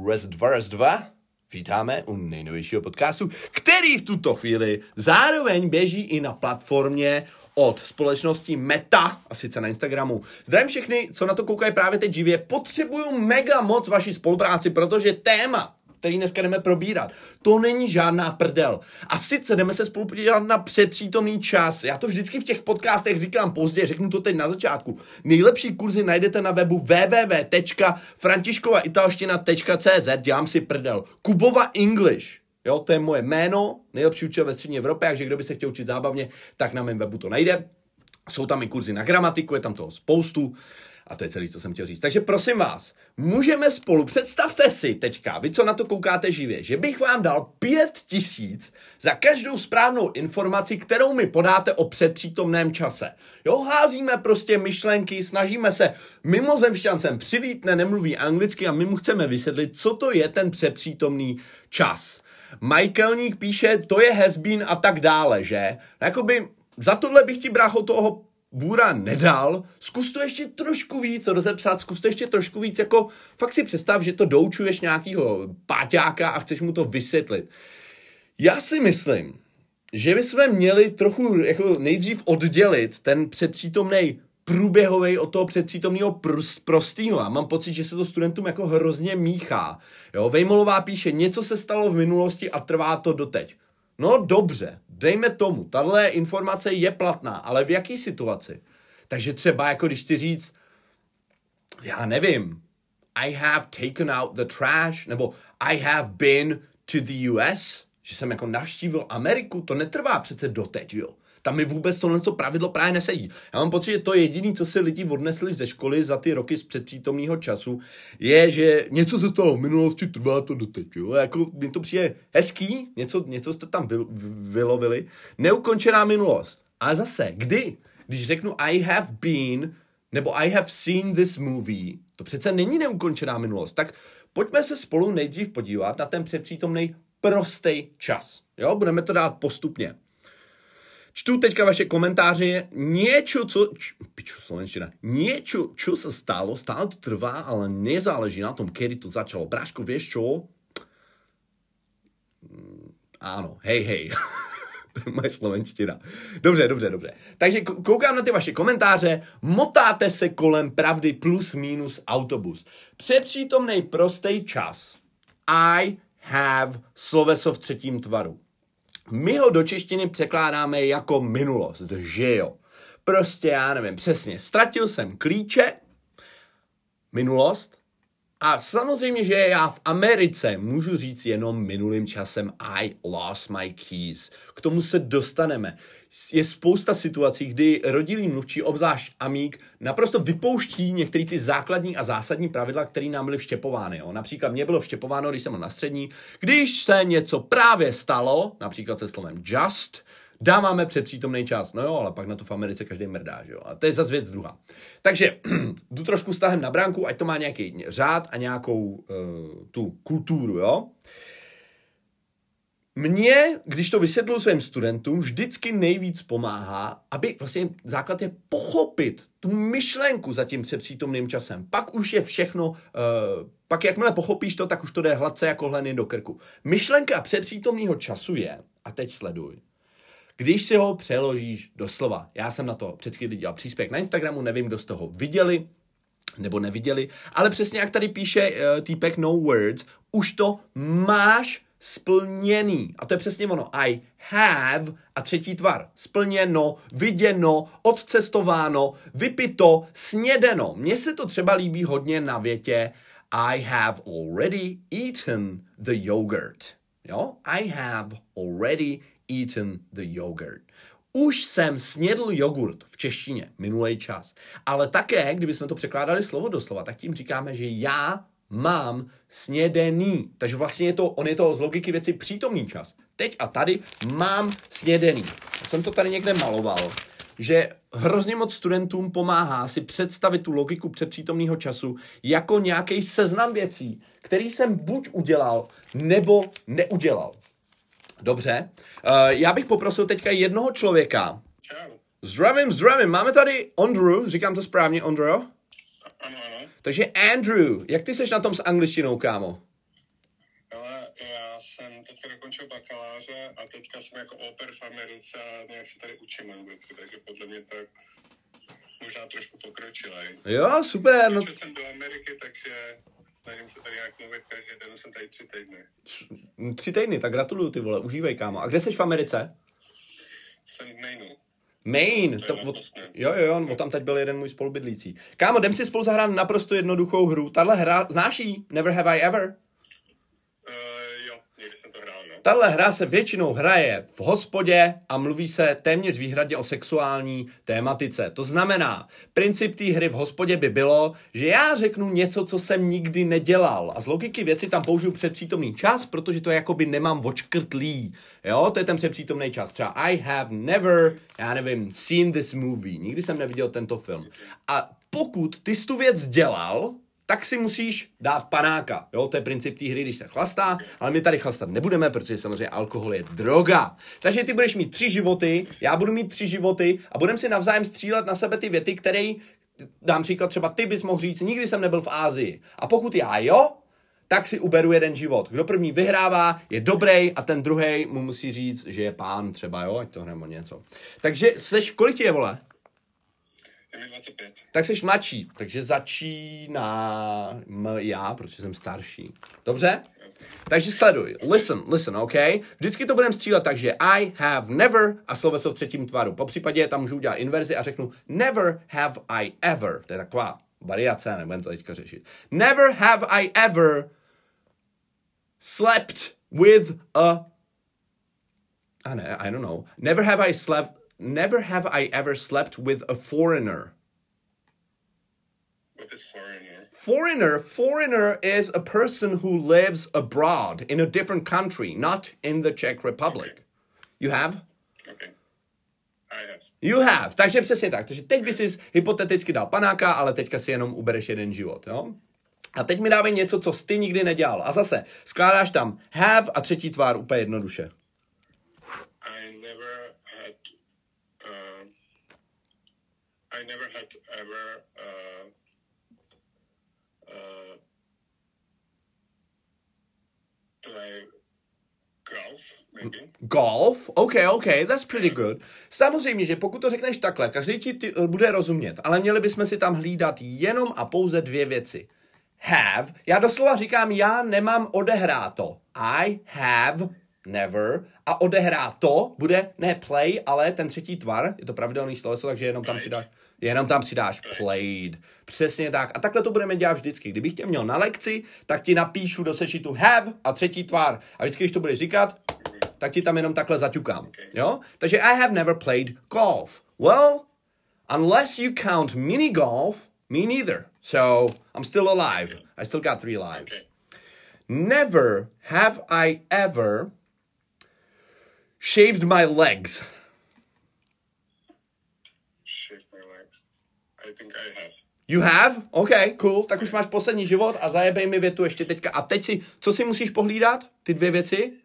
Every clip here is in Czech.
Raz dva. Vítáme u nejnovějšího podcastu, který v tuto chvíli zároveň běží i na platformě od společnosti Meta, a sice na Instagramu. Zdravím všechny, co na to koukají právě teď živě. Potřebuju mega moc vaši spolupráci, protože téma, který dneska jdeme probírat, to není žádná prdel. A sice jdeme se spolu podívat na předpřítomný čas. Já to vždycky v těch podcastech říkám pozdě, řeknu to teď na začátku. Nejlepší kurzy najdete na webu www.františkovaitalština.cz. Dělám si prdel. Kubova English. Jo, to je moje jméno, nejlepší učitel ve střední Evropě, takže kdo by se chtěl učit zábavně, tak na mém webu to najde. Jsou tam i kurzy na gramatiku, je tam toho spoustu. A to je celý, co jsem chtěl říct. Takže prosím vás, můžeme spolu, představte si teďka, vy co na to koukáte živě, že bych vám dal 5000 za každou správnou informaci, kterou mi podáte o předpřítomném čase. Jo, házíme prostě myšlenky, snažíme se, mimozemšťan sem přilítne, nemluví anglicky a my mu chceme vysvětlit, co to je ten předpřítomný čas. Michaelník píše, to je has been a tak dále, že? Jakoby za tohle bych ti, brácho, toho bůra nedal, zkus to ještě trošku víc rozepsat, zkus to ještě trošku víc, jako fakt si představ, že to doučuješ nějakýho páťáka a chceš mu to vysvětlit. Já si myslím, že bychom měli trochu jako nejdřív oddělit ten předpřítomnej průběhovej od toho předpřítomného prostýho. A mám pocit, že se to studentům jako hrozně míchá. Jo, Vejmolová píše, něco se stalo v minulosti a trvá to doteď. No dobře, dejme tomu, tahle informace je platná, ale v jaký situaci? Takže třeba jako když chci říct, já nevím, I have taken out the trash, nebo I have been to the US, že jsem jako navštívil Ameriku, to netrvá přece doteď, jo. Tam mi vůbec tohle pravidlo právě nesedí. Já mám pocit, že to jediné, co si lidi odnesli ze školy za ty roky z předpřítomného času, je, že něco se stalo v minulosti, trvá to doteď. Jo? Jako mně to přijde hezký, něco jste tam vylovili. Neukončená minulost. Ale zase, kdy? Když řeknu I have been, nebo I have seen this movie, to přece není neukončená minulost. Tak pojďme se spolu nejdřív podívat na ten předpřítomný prostý čas. Jo? Budeme to dát postupně. Čtu teďka vaše komentáře, něco, co se stalo, stále to trvá, ale nezáleží na tom, kedy to začalo. Bráško, vieš čo? Áno, hej. Moje slovenština. Dobře. Takže koukám na ty vaše komentáře, motáte se kolem pravdy plus minus autobus. Předpřítomnej prostý čas. I have sloveso v třetím tvaru. My ho do češtiny překládáme jako minulost, že jo. Prostě já nevím, přesně, ztratil jsem klíče, minulost, a samozřejmě, že já v Americe můžu říct jenom minulým časem I lost my keys. K tomu se dostaneme. Je spousta situací, kdy rodilý mluvčí, obzvlášť amík, naprosto vypouští některé ty základní a zásadní pravidla, které nám byly vštěpovány. Jo. Například mě bylo vštěpováno, když jsem byl na střední, když se něco právě stalo, například se slovem just, dáváme předpřítomný čas. No jo, ale pak na to v Americe každý mrdá, že jo. A to je zase věc druhá. Takže jdu trošku stahem na bránku, ať to má nějaký řád a nějakou tu kulturu, jo. Mně, když to vysvětluji svým studentům, vždycky nejvíc pomáhá, aby vlastně základ je pochopit tu myšlenku za tím předpřítomným časem. Pak už je všechno, pak jakmile pochopíš to, tak už to jde hladce jako hleny do krku. Myšlenka předpřítomného času je, a teď sleduj, když si ho přeložíš do slova. Já jsem na to před chvíli dělal příspěvek na Instagramu, nevím, kdo z toho viděli nebo neviděli, ale přesně jak tady píše týpek No Words, už to máš splněný. A to je přesně ono. I have a třetí tvar. Splněno, viděno, odcestováno, vypito, snědeno. Mně se to třeba líbí hodně na větě I have already eaten the yogurt. Jo? I have already eaten the yogurt. Už jsem snědl jogurt v češtině, minulý čas. Ale také, kdybychom to překládali slovo do slova, tak tím říkáme, že já mám snědený. Takže vlastně on je to z logiky věci přítomný čas. Teď a tady mám snědený. Já jsem to tady někde maloval, že hrozně moc studentům pomáhá si představit tu logiku předpřítomného času jako nějaký seznam věcí, který jsem buď udělal, nebo neudělal. Dobře. Já bych poprosil teďka jednoho člověka. Čau. Zdravím. Máme tady Ondru, říkám to správně, Ondro? Ano. Takže Andrew, jak ty seš na tom s angličtinou, kámo? teďka dokončil bakaláře a teďka jsem jako oper v Americe a nějak se tady učím anglicky, takže podle mě tak možná trošku pokročilej. Jo, super. No. Jsem do Ameriky, takže snažím se tady nějak mluvit každý den, jsem tady 3 týdny. 3 týdny, tak gratuluju ty vole, užívej kámo. A kde jsi v Americe? Jsem v Mainu. Maine. Jo, tam teď byl jeden můj spolubydlící. Kámo, jdem si spolu zahrát naprosto jednoduchou hru. Tahle hra, znáš jí? Never Have I Ever? Jo, někdy jsem to hrál, no. Tahle hra se většinou hraje v hospodě a mluví se téměř výhradně o sexuální tématice. To znamená, princip té hry v hospodě by bylo, že já řeknu něco, co jsem nikdy nedělal. A z logiky věci tam použiju předpřítomný čas, protože to jakoby nemám očkrtlý. Jo, to je ten předpřítomný čas. Třeba I have never, já nevím, seen this movie. Nikdy jsem neviděl tento film. A pokud ty jsi tu věc dělal, tak si musíš dát panáka. Jo, to je princip té hry, když se chlastá, ale my tady chlastat nebudeme, protože samozřejmě alkohol je droga. Takže ty budeš mít 3 životy, já budu mít 3 životy a budeme si navzájem střílet na sebe ty věty, které, dám příklad, třeba ty bys mohl říct, nikdy jsem nebyl v Ázii. A pokud já jo, tak si uberu jeden život. Kdo první vyhrává, je dobrý a ten druhej mu musí říct, že je pán třeba, jo, ať to nebo něco. Takže kolik ti je, vole? Je mi 25. Tak jsi mladší, takže začínám já, protože jsem starší. Dobře? Takže sleduj. Listen, OK? Vždycky to budeme střílet tak, že I have never a sloveso v třetím tvaru. Po případě tam můžu udělat inverzi a řeknu never have I ever. To je taková variace, nebudem to teďka řešit. Never have I ever slept with a... I don't know. Never have I ever slept with a foreigner. What is foreigner? Foreigner is a person who lives abroad in a different country, not in the Czech Republic. Okay. You have? Okay. I have. You have. Takže přesně tak. Takže teď by si hypoteticky dal panáka, ale teďka si jenom ubereš jeden život, jo? A teď mi dávej něco, co jsi ty nikdy nedělal. A zase skládáš tam have a třetí tvár úplně jednoduše. I never had ever play golf, maybe. Golf? Okay, that's pretty good. Samozřejmě, že pokud to řekneš takhle, každý ti bude rozumět, ale měli bychom si tam hlídat jenom a pouze 2 věci. Have, já doslova říkám, já nemám odehráto. I have never a odehrát to bude ne play, ale ten třetí tvar, je to pravidelný sloveso, takže jenom tam přidáš played. Přesně tak. A takhle to budeme dělat vždycky. Kdybych tě měl na lekci, tak ti napíšu do sešitu have a třetí tvar. A vždycky, když to budeš říkat, tak ti tam jenom takhle zaťukám. Jo? Takže I have never played golf. Well, unless you count mini golf, me neither. So, I'm still alive. I still got 3 lives. Okay. Never have I ever shaved my legs. Shaved my legs. I think I have. You have? OK, cool. Tak už máš poslední život a zajebej mi větu ještě teďka. A teď co si musíš pohlídat? Ty 2 věci?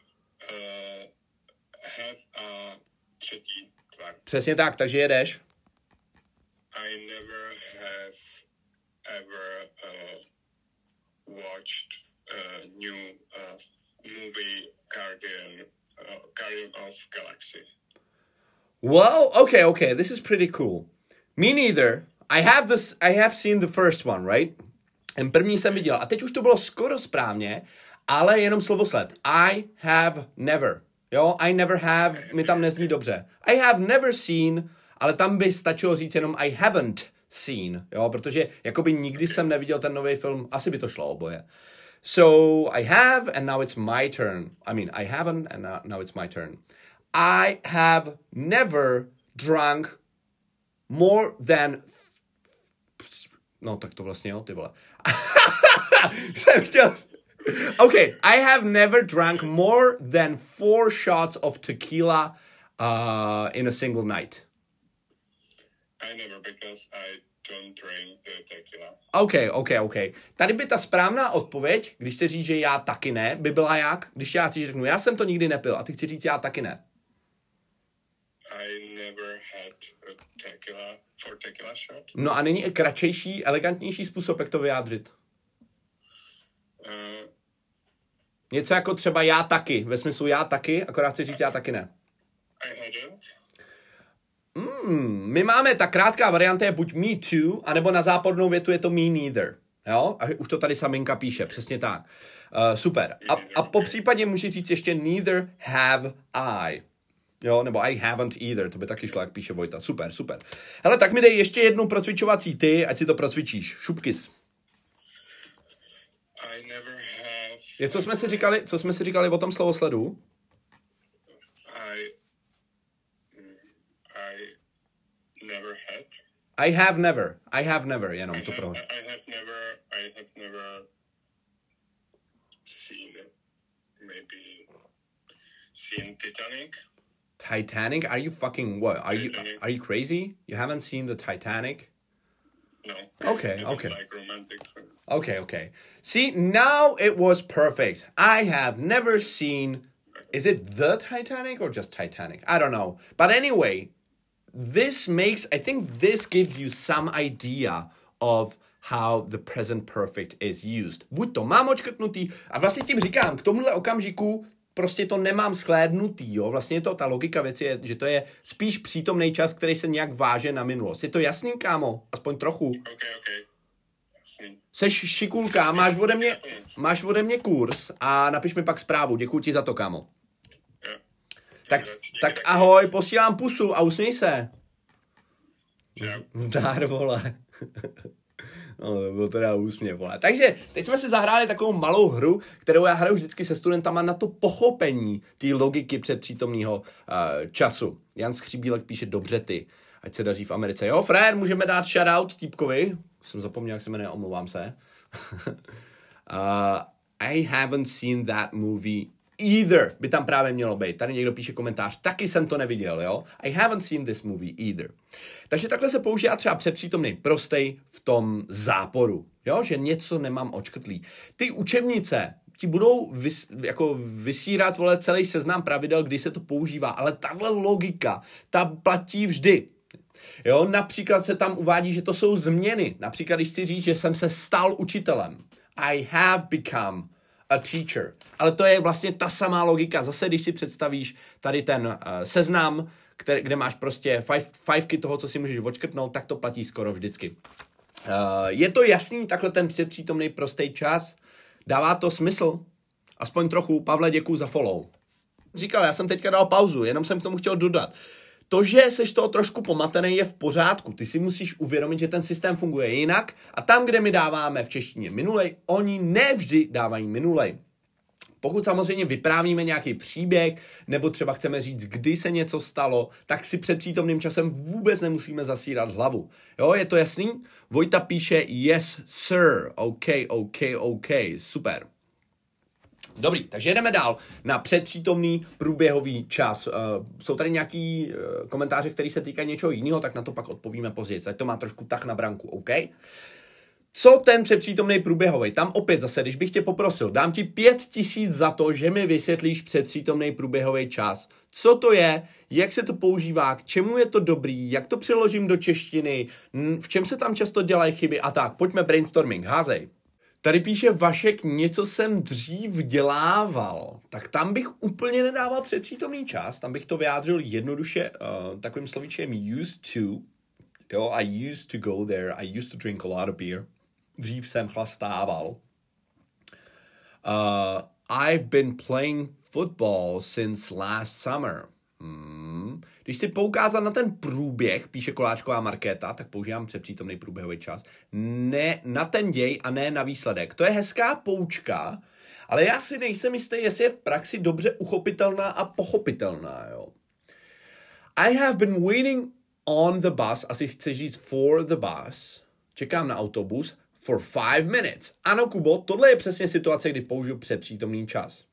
Have a třetí tvar. Přesně tak, takže jedeš. I never have ever watched a new movie Guardian of Galaxy. Well, okay, this is pretty cool. Me neither. I have seen the first one, right? Ten první jsem viděl. A teď už to bylo skoro správně, ale jenom slovosled. I have never. Jo, I never have, mi tam nezní dobře. I have never seen, ale tam by stačilo říct jenom I haven't seen, jo, protože jakoby nikdy jsem neviděl ten nový film, asi by to šlo oboje. So, I have and now it's my turn. I mean, I haven't and now it's my turn. I have never drunk more than... No, tak to vlastně jo, ty vole. Jsem chtěl... Okay, I have never drunk more than 4 shots of tequila in a single night. I never, because I don't drink the tequila. Okay. Tady by ta správná odpověď, když se říct, že já taky ne, by byla jak? Když já ti řeknu, já jsem to nikdy nepil a ty chci říct, já taky ne. I never had a tequila shot. No a není kratšejší, elegantnější způsob, jak to vyjádřit? Něco jako třeba já taky, ve smyslu já taky, akorát chci říct já taky ne. I hadn't. My máme, ta krátká varianta je buď me too, anebo na zápornou větu je to me neither. Jo? A už to tady Saminka píše, přesně tak. Super. A po případě může říct ještě neither have I. Jo, nebo I haven't either, to by taky šlo, jak píše Vojta. Super. Hele, tak mi dej ještě jednu procvičovací ty, ať si to procvičíš. Šupkys. I never have. Co jsme si říkali o tom slovosledu? I never had. I have never, jenom to pro. I have never seen Titanic. Titanic? Are you fucking what? Are you crazy? You haven't seen the Titanic? No. Okay. Like romantic film. Okay. See, now it was perfect. I have never seen... Is it the Titanic or just Titanic? I don't know. But anyway, I think this gives you some idea of how the present perfect is used. Buď to mám očkrtnutý, a vlastně tím říkám, k tomuhle okamžiku prostě to nemám shlédnutý, jo. Vlastně to, ta logika věci je, že to je spíš přítomný čas, který se nějak váže na minulost. Je to jasný, kámo? Aspoň trochu. Okay. Jasný. Seš šikulka, máš ode mě kurz a napiš mi pak zprávu. Děkuji ti za to, kámo. Tak ahoj, posílám pusu a usměj se. Zdar, vole. No, to byl teda úsměv, vole. Takže teď jsme si zahráli takovou malou hru, kterou já hraju vždycky se studentama na to pochopení té logiky předpřítomného času. Jan Skříbílek píše dobře ty, ať se daří v Americe. Jo, Frér, můžeme dát shoutout týpkovi. Jsem zapomněl, jak se jmenuje, omlouvám se. I haven't seen that movie either, by tam právě mělo být. Tady někdo píše komentář, taky jsem to neviděl, jo. I haven't seen this movie either. Takže takhle se používá třeba předpřítomný prostej v tom záporu, jo, že něco nemám očkrtlý. Ty učebnice ti budou vysírat, vole, celý seznam pravidel, kdy se to používá, ale tahle logika, ta platí vždy. Jo, například se tam uvádí, že to jsou změny. Například, když chci říct, že jsem se stal učitelem. I have become a teacher. Ale to je vlastně ta samá logika. Zase, když si představíš tady ten seznam, kde máš prostě fajfky toho, co si můžeš odškrtnout, tak to platí skoro vždycky. Je to jasný, takhle ten předpřítomný prostý čas? Dává to smysl? Aspoň trochu. Pavle, děkuju za follow. Říkal, já jsem teďka dal pauzu, jenom jsem k tomu chtěl dodat. To, že seš toho trošku pomatený, je v pořádku. Ty si musíš uvědomit, že ten systém funguje jinak a tam, kde my dáváme v češtině minulej, oni nevždy dávají minulej. Pokud samozřejmě vyprávíme nějaký příběh, nebo třeba chceme říct, kdy se něco stalo, tak si před přítomným časem vůbec nemusíme zasírat hlavu. Jo, je to jasný? Vojta píše yes, sir. OK, super. Dobrý, takže jdeme dál na předpřítomný průběhový čas. Jsou tady nějaký komentáře, které se týkají něčeho jiného, tak na to pak odpovíme později. Ať to má trošku tah na branku, OK? Co ten předpřítomný průběhový? Tam opět zase, když bych tě poprosil, dám ti 5000 za to, že mi vysvětlíš předpřítomný průběhový čas. Co to je, jak se to používá, k čemu je to dobrý, jak to přeložím do češtiny, v čem se tam často dělají chyby a tak. Pojďme brainstorming, házej. Tady píše Vašek, něco jsem dřív dělával. Tak tam bych úplně nedával předpřítomný čas, tam bych to vyjádřil jednoduše takovým slovíčkem used to. Jo, I used to go there, I used to drink a lot of beer. Dřív jsem chlastával. I've been playing football since last summer. Když si poukázat na ten průběh, píše Koláčková Markéta, tak používám předpřítomný průběhový čas. Ne na ten děj a ne na výsledek. To je hezká poučka, ale já si nejsem jistý, jestli je v praxi dobře uchopitelná a pochopitelná. Jo. I have been waiting on the bus, asi chci říct for the bus, čekám na autobus, for 5 minutes. Ano, Kubo, tohle je přesně situace, kdy použiju předpřítomný čas.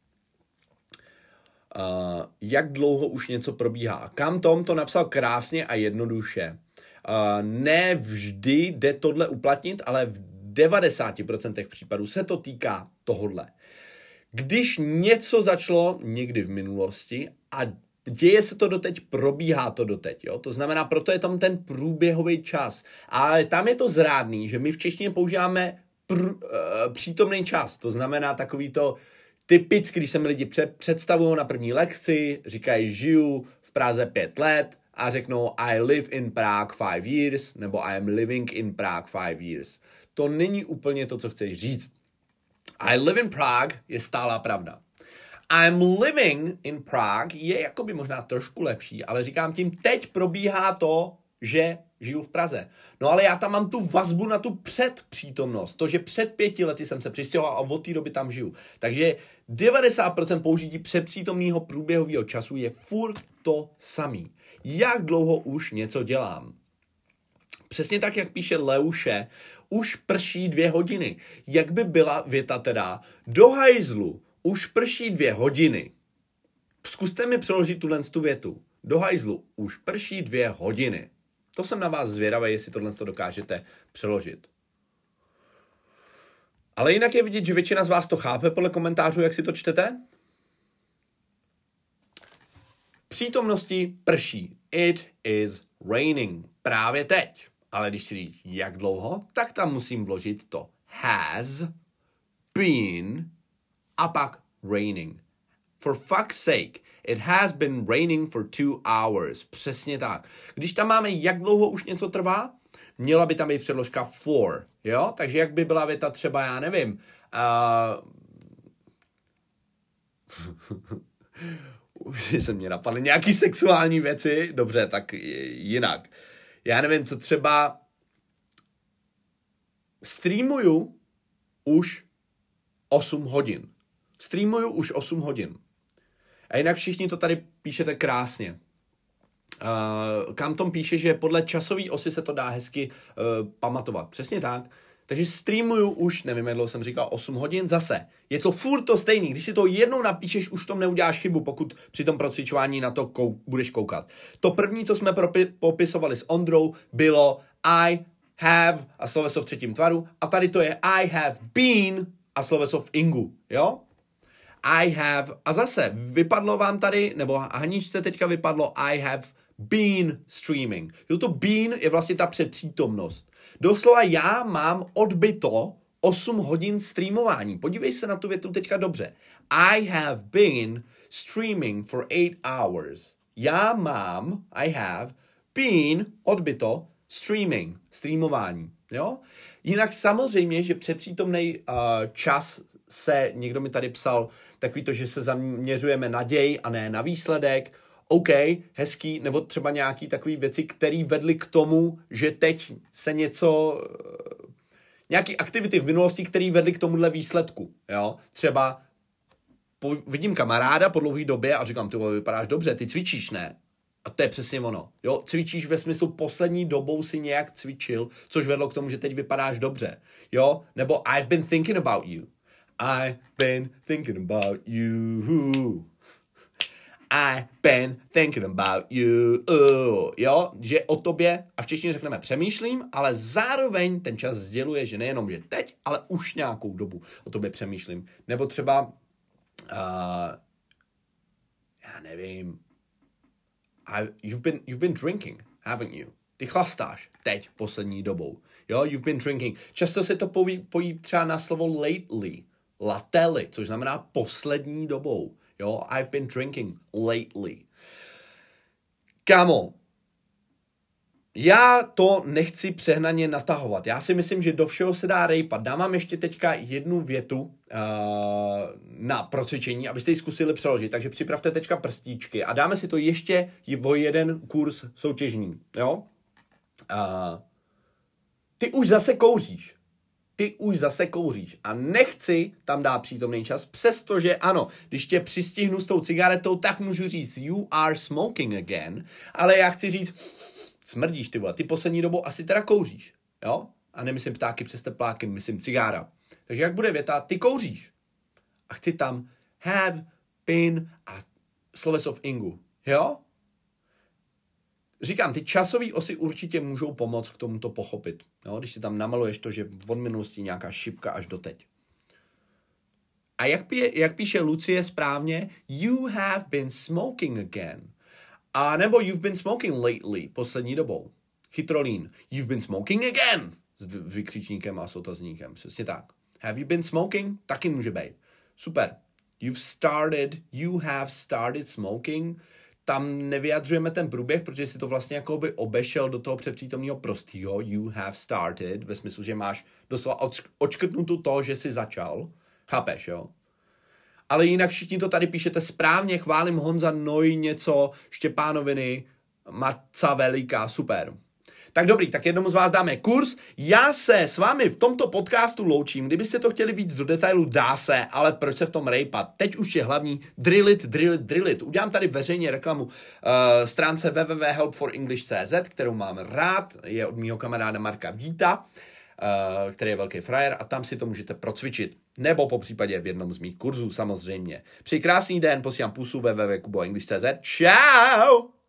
Jak dlouho už něco probíhá. Kam Tom to napsal krásně a jednoduše. Ne vždy jde tohle uplatnit, ale v 90% případů se to týká tohodle. Když něco začalo někdy v minulosti a děje se to doteď, probíhá to doteď. Jo? To znamená, proto je tam ten průběhový čas. Ale tam je to zrádný, že my v češtině používáme přítomný čas. To znamená takový to Typicky, když se mi lidi představují na první lekci, říkají, žiju v Praze 5 let a řeknou I live in Prague 5 years nebo I am living in Prague 5 years. To není úplně to, co chceš říct. I live in Prague je stálá pravda. I'm living in Prague je jakoby možná trošku lepší, ale říkám tím, teď probíhá to, že žiju v Praze. No ale já tam mám tu vazbu na tu předpřítomnost. To, že před 5 lety jsem se přistěhoval a od té doby tam žiju. Takže 90% použití předpřítomného průběhového času je furt to samý. Jak dlouho už něco dělám? Přesně tak, jak píše Leuše, už prší 2 hodiny. Jak by byla věta teda? Do hajzlu, už prší 2 hodiny. Zkuste mi přeložit tu větu. Do hajzlu, už prší 2 hodiny. To jsem na vás zvědavý, jestli tohle dokážete přeložit. Ale jinak je vidět, že většina z vás to chápe podle komentářů, jak si to čtete. V přítomnosti prší. It is raining. Právě teď. Ale když si říct, jak dlouho, tak tam musím vložit to has been a pak raining. For fuck's sake, it has been raining for 2 hours. Přesně tak. Když tam máme, jak dlouho už něco trvá, měla by tam být předložka for, jo? Takže jak by byla věta třeba, já nevím, už se mě napadly nějaký sexuální věci, dobře, tak jinak. Já nevím, co třeba streamuju už 8 hodin. Streamuju už 8 hodin. A jinak všichni to tady píšete krásně. Kanton píše, že podle časové osy se to dá hezky pamatovat. Přesně tak. Takže streamuju už, nevím, jak dlouho jsem říkal, 8 hodin. Zase, je to furt to stejný. Když si to jednou napíšeš, už v tom neuděláš chybu, pokud při tom procvičování na to budeš koukat. To první, co jsme popisovali s Ondrou, bylo I have a sloveso v třetím tvaru. A tady to je I have been a sloveso v ingu. Jo? I have, a zase, vypadlo vám tady, nebo Haničce teďka vypadlo I have been streaming. Jo, to been je vlastně ta předpřítomnost. Doslova já mám odbyto 8 hodin streamování. Podívej se na tu větu teďka dobře. I have been streaming for 8 hours. I have been odbyto streamování. Jo? Jinak samozřejmě, že předpřítomný čas se, někdo mi tady psal, takový to, že se zaměřujeme na děj a ne na výsledek. OK, hezký, nebo třeba nějaký takový věci, které vedly k tomu, že teď se nějaký aktivity v minulosti, které vedly k tomuhle výsledku. Jo? Třeba vidím kamaráda po dlouhé době a říkám, ty vypadáš dobře, ty cvičíš, ne? A to je přesně ono. Jo, cvičíš ve smyslu poslední dobou si nějak cvičil, což vedlo k tomu, že teď vypadáš dobře. Jo, nebo I've been thinking about you. I've been thinking about you. I've been thinking about you. Jo, že o tobě, a v češtině řekneme přemýšlím, ale zároveň ten čas sděluje, že nejenom, že teď, ale už nějakou dobu o tobě přemýšlím. Nebo třeba, já nevím, you've been drinking, haven't you? Ty chlastáš teď poslední dobou. Jo, you've been drinking. Často se to pojí třeba na slovo lately, což znamená poslední dobou. Jo, I've been drinking lately. Kámo, já to nechci přehnaně natahovat. Já si myslím, že do všeho se dá rejpat. Dám vám ještě teďka jednu větu na procvičení, abyste ji zkusili přeložit. Takže připravte teďka prstíčky a dáme si to ještě o jeden kurz soutěžní. Jo? Ty už zase kouříš a nechci tam dát přítomný čas, přestože ano, když tě přistihnu s tou cigaretou, tak můžu říct you are smoking again, ale já chci říct smrdíš, ty vole, ty poslední dobou asi teda kouříš, jo? A nemyslím ptáky přes tepláky, myslím cigára. Takže jak bude věta, ty kouříš. A chci tam have been a sloveso v ingu, jo? Říkám, ty časové osy určitě můžou pomoct k tomuto pochopit. Jo? Když si tam namaluješ to, že od minulosti nějaká šipka až doteď. A jak píše Lucie správně, you have been smoking again. A nebo you've been smoking lately, poslední dobou. Chytrolín, you've been smoking again, s vykřičníkem a s otazníkem, přesně tak. Have you been smoking? Taky může být. Super. You have started smoking. Tam nevyjadřujeme ten průběh, protože si to vlastně jako by obešel do toho předpřítomného prostýho. You have started, ve smyslu, že máš doslova odškrtnutou to, že jsi začal. Chápeš, jo? Ale jinak všichni to tady píšete správně, chválím Honza Noj něco, Štěpánoviny, Marca Veliká, super. Tak dobrý, tak jednomu z vás dáme kurz. Já se s vámi v tomto podcastu loučím. Kdybyste to chtěli víc do detailu, dá se, ale proč se v tom rejpat? Teď už je hlavní drillit. Udělám tady veřejně reklamu stránce www.helpforenglish.cz, kterou mám rád, je od mýho kamaráda Marka Víta, který je velký frajer a tam si to můžete procvičit. Nebo po případě v jednom z mých kurzů samozřejmě. Přeji krásný den, posílám pusu www.kuboenglish.cz. Čau!